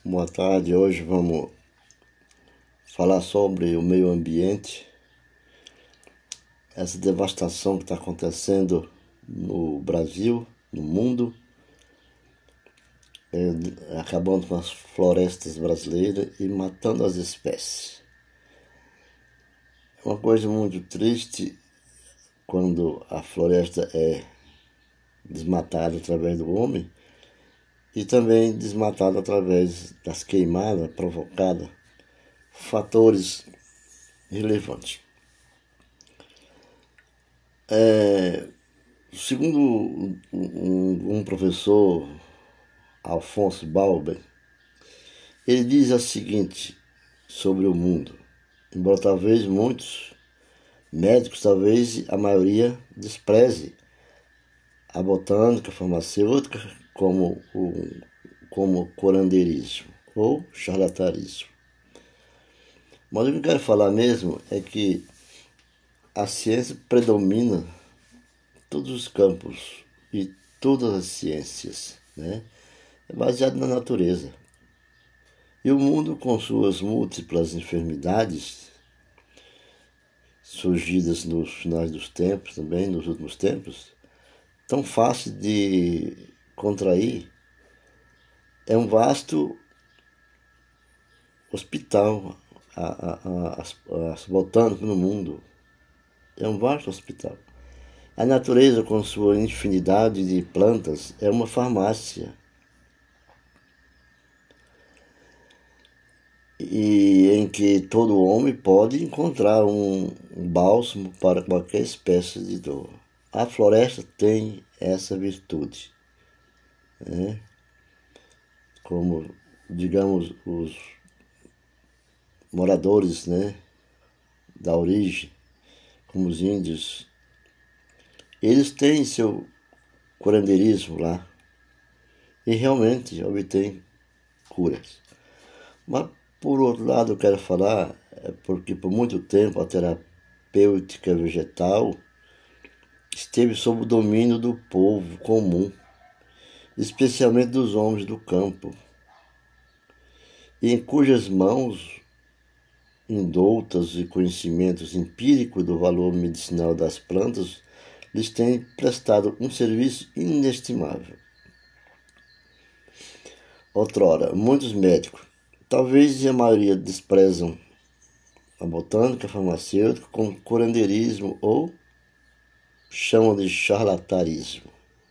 Boa tarde, hoje vamos falar sobre o meio ambiente, essa devastação que está acontecendo no Brasil, no mundo, acabando com as florestas brasileiras e matando as espécies. É uma coisa muito triste quando a floresta é desmatada através do homem e também desmatada através das queimadas provocadas, fatores relevantes. Segundo um professor, Alfonso Balber, ele diz o seguinte sobre o mundo, embora talvez muitos médicos, talvez a maioria, despreze a botânica, a farmacêutica como curandeirismo ou charlatanismo. Mas o que eu quero falar mesmo é que a ciência predomina todos os campos e todas as ciências, né? É baseado na natureza. E o mundo, com suas múltiplas enfermidades surgidas nos finais dos tempos, também nos últimos tempos, tão fácil de contrair, é um vasto hospital. As botânicas no mundo é um vasto hospital. A natureza, com sua infinidade de plantas, é uma farmácia. E em que todo homem pode encontrar um bálsamo para qualquer espécie de dor. A floresta tem essa virtude, né? Como, digamos, os moradores, né, da origem, como os índios, eles têm seu curandeirismo lá e realmente obtêm curas. Mas, por outro lado, eu quero falar porque por muito tempo a terapêutica vegetal esteve sob o domínio do povo comum, especialmente dos homens do campo, e em cujas mãos, indoutas e conhecimentos empíricos do valor medicinal das plantas, lhes tem prestado um serviço inestimável. Outrora, muitos médicos, talvez a maioria, desprezam a botânica farmacêutica como curandeirismo ou chamam de charlatanismo.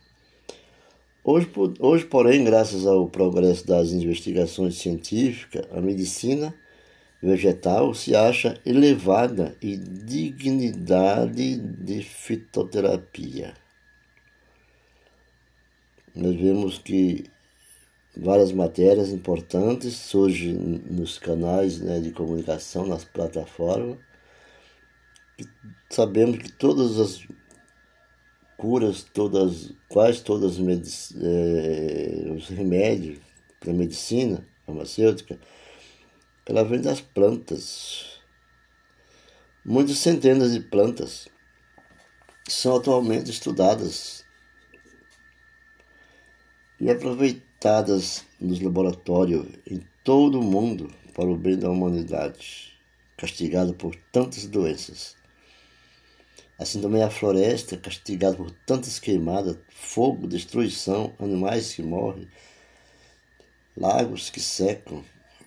Hoje, porém, graças ao progresso das investigações científicas, a medicina vegetal se acha elevada e dignidade de fitoterapia. Nós vemos que várias matérias importantes surgem nos canais, né, de comunicação, nas plataformas. Sabemos que todas as curas, quase todas os remédios para a medicina farmacêutica, ela vem das plantas. Muitas centenas de plantas são atualmente estudadas e aproveitadas nos laboratórios em todo o mundo para o bem da humanidade, castigada por tantas doenças. Assim também a floresta, castigada por tantas queimadas, fogo, destruição, animais que morrem, lagos que secam.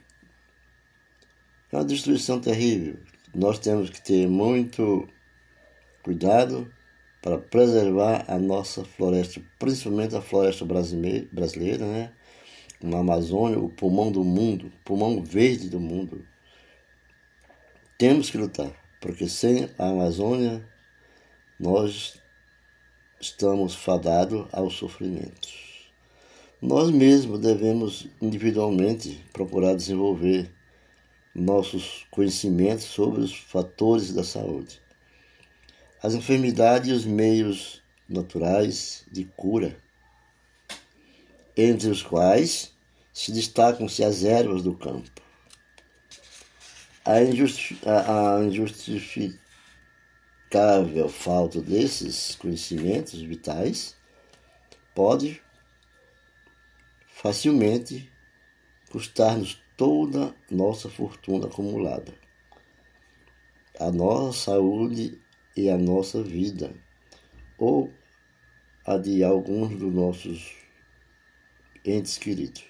É uma destruição terrível. Nós temos que ter muito cuidado para preservar a nossa floresta, principalmente a floresta brasileira, né? Na Amazônia, o pulmão do mundo, o pulmão verde do mundo. Temos que lutar, porque sem a Amazônia nós estamos fadados ao sofrimento. Nós mesmos devemos individualmente procurar desenvolver nossos conhecimentos sobre os fatores da saúde, as enfermidades e os meios naturais de cura, entre os quais se destacam-se as ervas do campo. A injustificável falta desses conhecimentos vitais pode facilmente custar-nos toda nossa fortuna acumulada, a nossa saúde e a nossa vida, ou a de alguns dos nossos entes queridos.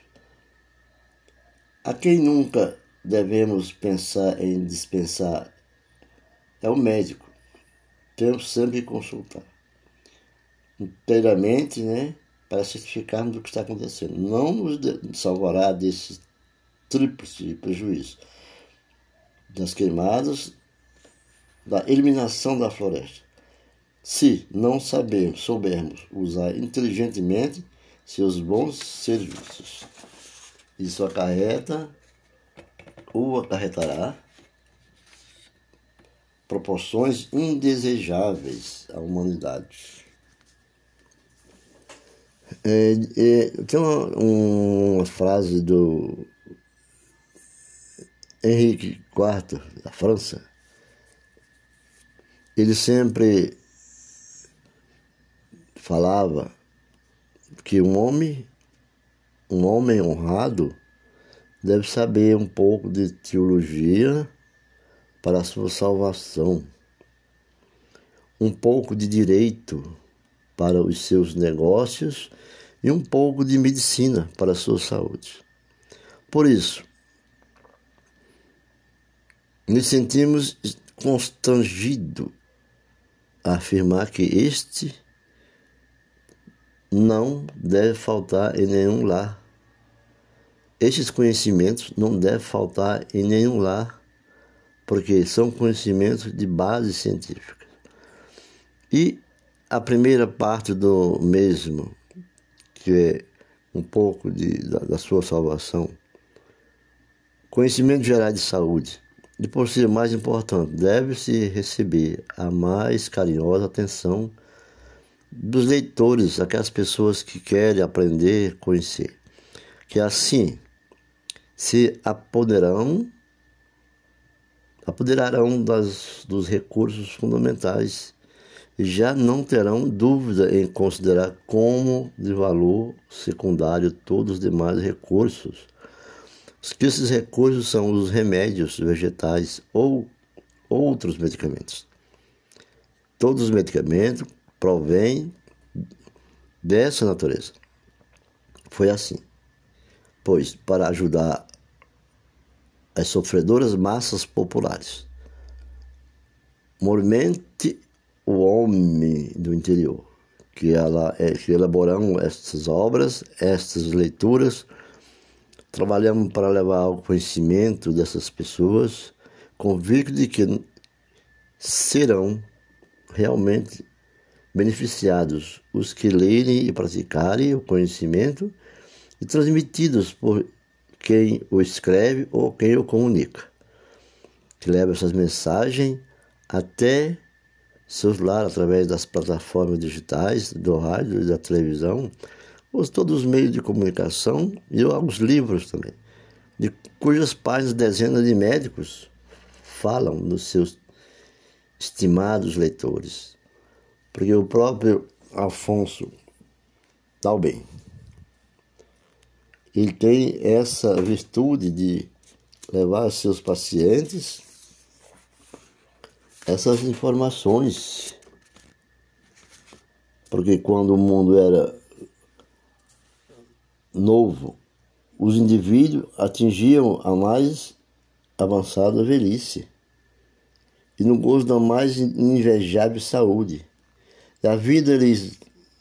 A quem nunca devemos pensar em dispensar é o médico. Temos sempre que consultar inteiramente, para certificarmos do que está acontecendo. Não nos salvará desse tríplice prejuízo: das queimadas, da eliminação da floresta, se não soubermos usar inteligentemente seus bons serviços. Isso acarreta ou acarretará proporções indesejáveis à humanidade. Tem uma frase do Henrique IV, da França. Ele sempre falava que um homem honrado deve saber um pouco de teologia para a sua salvação, um pouco de direito para os seus negócios e um pouco de medicina para a sua saúde. Por isso, nos sentimos constrangidos a afirmar que este não deve faltar em nenhum lar. Estes conhecimentos não devem faltar em nenhum lar, porque são conhecimentos de base científica. E a primeira parte do mesmo, que é um pouco da sua salvação, conhecimento geral de saúde, e por ser mais importante, deve-se receber a mais carinhosa atenção dos leitores, aquelas pessoas que querem aprender, conhecer, que assim se apoderarão dos recursos fundamentais e já não terão dúvida em considerar como de valor secundário todos os demais recursos. Que esses recursos são os remédios vegetais ou outros medicamentos. Todos os medicamentos provêm dessa natureza. Foi assim, pois para ajudar as sofredoras massas populares, movimente o homem do interior, que elaboram estas obras, estas leituras, trabalhamos para levar ao conhecimento dessas pessoas, convicto de que serão realmente beneficiados os que lerem e praticarem o conhecimento e transmitidos por quem o escreve ou quem o comunica, que leva essas mensagens até seus lares através das plataformas digitais, do rádio e da televisão, todos os meios de comunicação e alguns livros também, de cujas páginas dezenas de médicos falam nos seus estimados leitores. Porque o próprio Afonso Dalben, ele tem essa virtude de levar aos seus pacientes essas informações. Porque quando o mundo era novo, os indivíduos atingiam a mais avançada velhice e no gozo da mais invejável saúde. E a vida lhes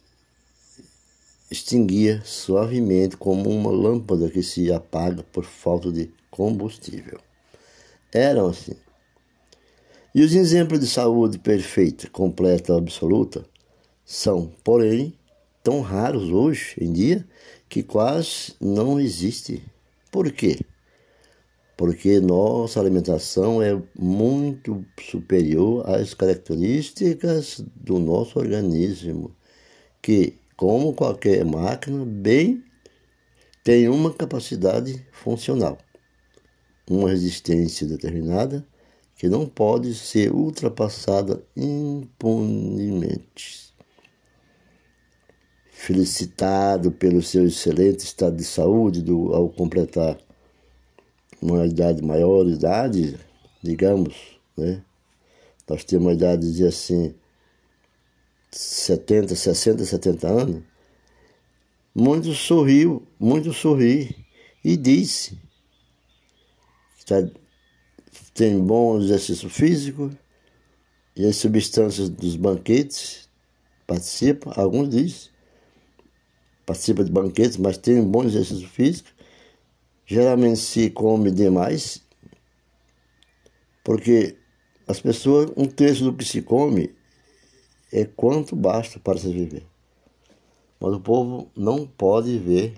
extinguia suavemente como uma lâmpada que se apaga por falta de combustível. Eram assim. E os exemplos de saúde perfeita, completa, absoluta, são, porém, tão raros hoje em dia que quase não existe. Por quê? Porque nossa alimentação é muito superior às características do nosso organismo, que, como qualquer máquina, bem tem uma capacidade funcional, uma resistência determinada que não pode ser ultrapassada impunemente. Felicitado pelo seu excelente estado de saúde ao completar uma idade maior, digamos, né? Nós temos uma idade de dizer assim, 70, 60, 70 anos. Muito sorri e disse que tem bom exercício físico e as substâncias dos banquetes participam, alguns dizem, participa de banquetes, mas tem um bom exercício físico. Geralmente se come demais, porque as pessoas, um terço do que se come é quanto basta para se viver. Mas o povo não pode ver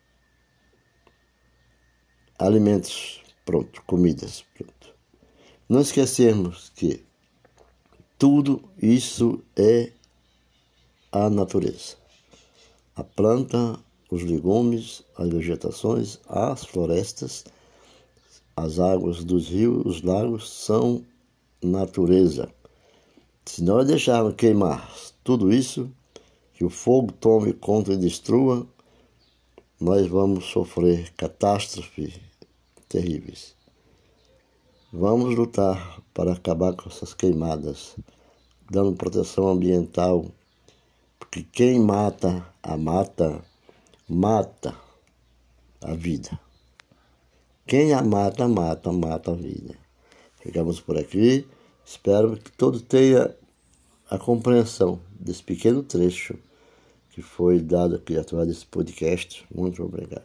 alimentos pronto, comidas pronto. Não esquecermos que tudo isso é a natureza. A planta, os legumes, as vegetações, as florestas, as águas dos rios, os lagos são natureza. Se nós deixarmos queimar tudo isso, que o fogo tome conta e destrua, nós vamos sofrer catástrofes terríveis. Vamos lutar para acabar com essas queimadas, dando proteção ambiental, porque quem mata a mata, mata a vida. Quem a mata, mata a vida. Ficamos por aqui. Espero que todos tenham a compreensão desse pequeno trecho que foi dado aqui através desse podcast. Muito obrigado.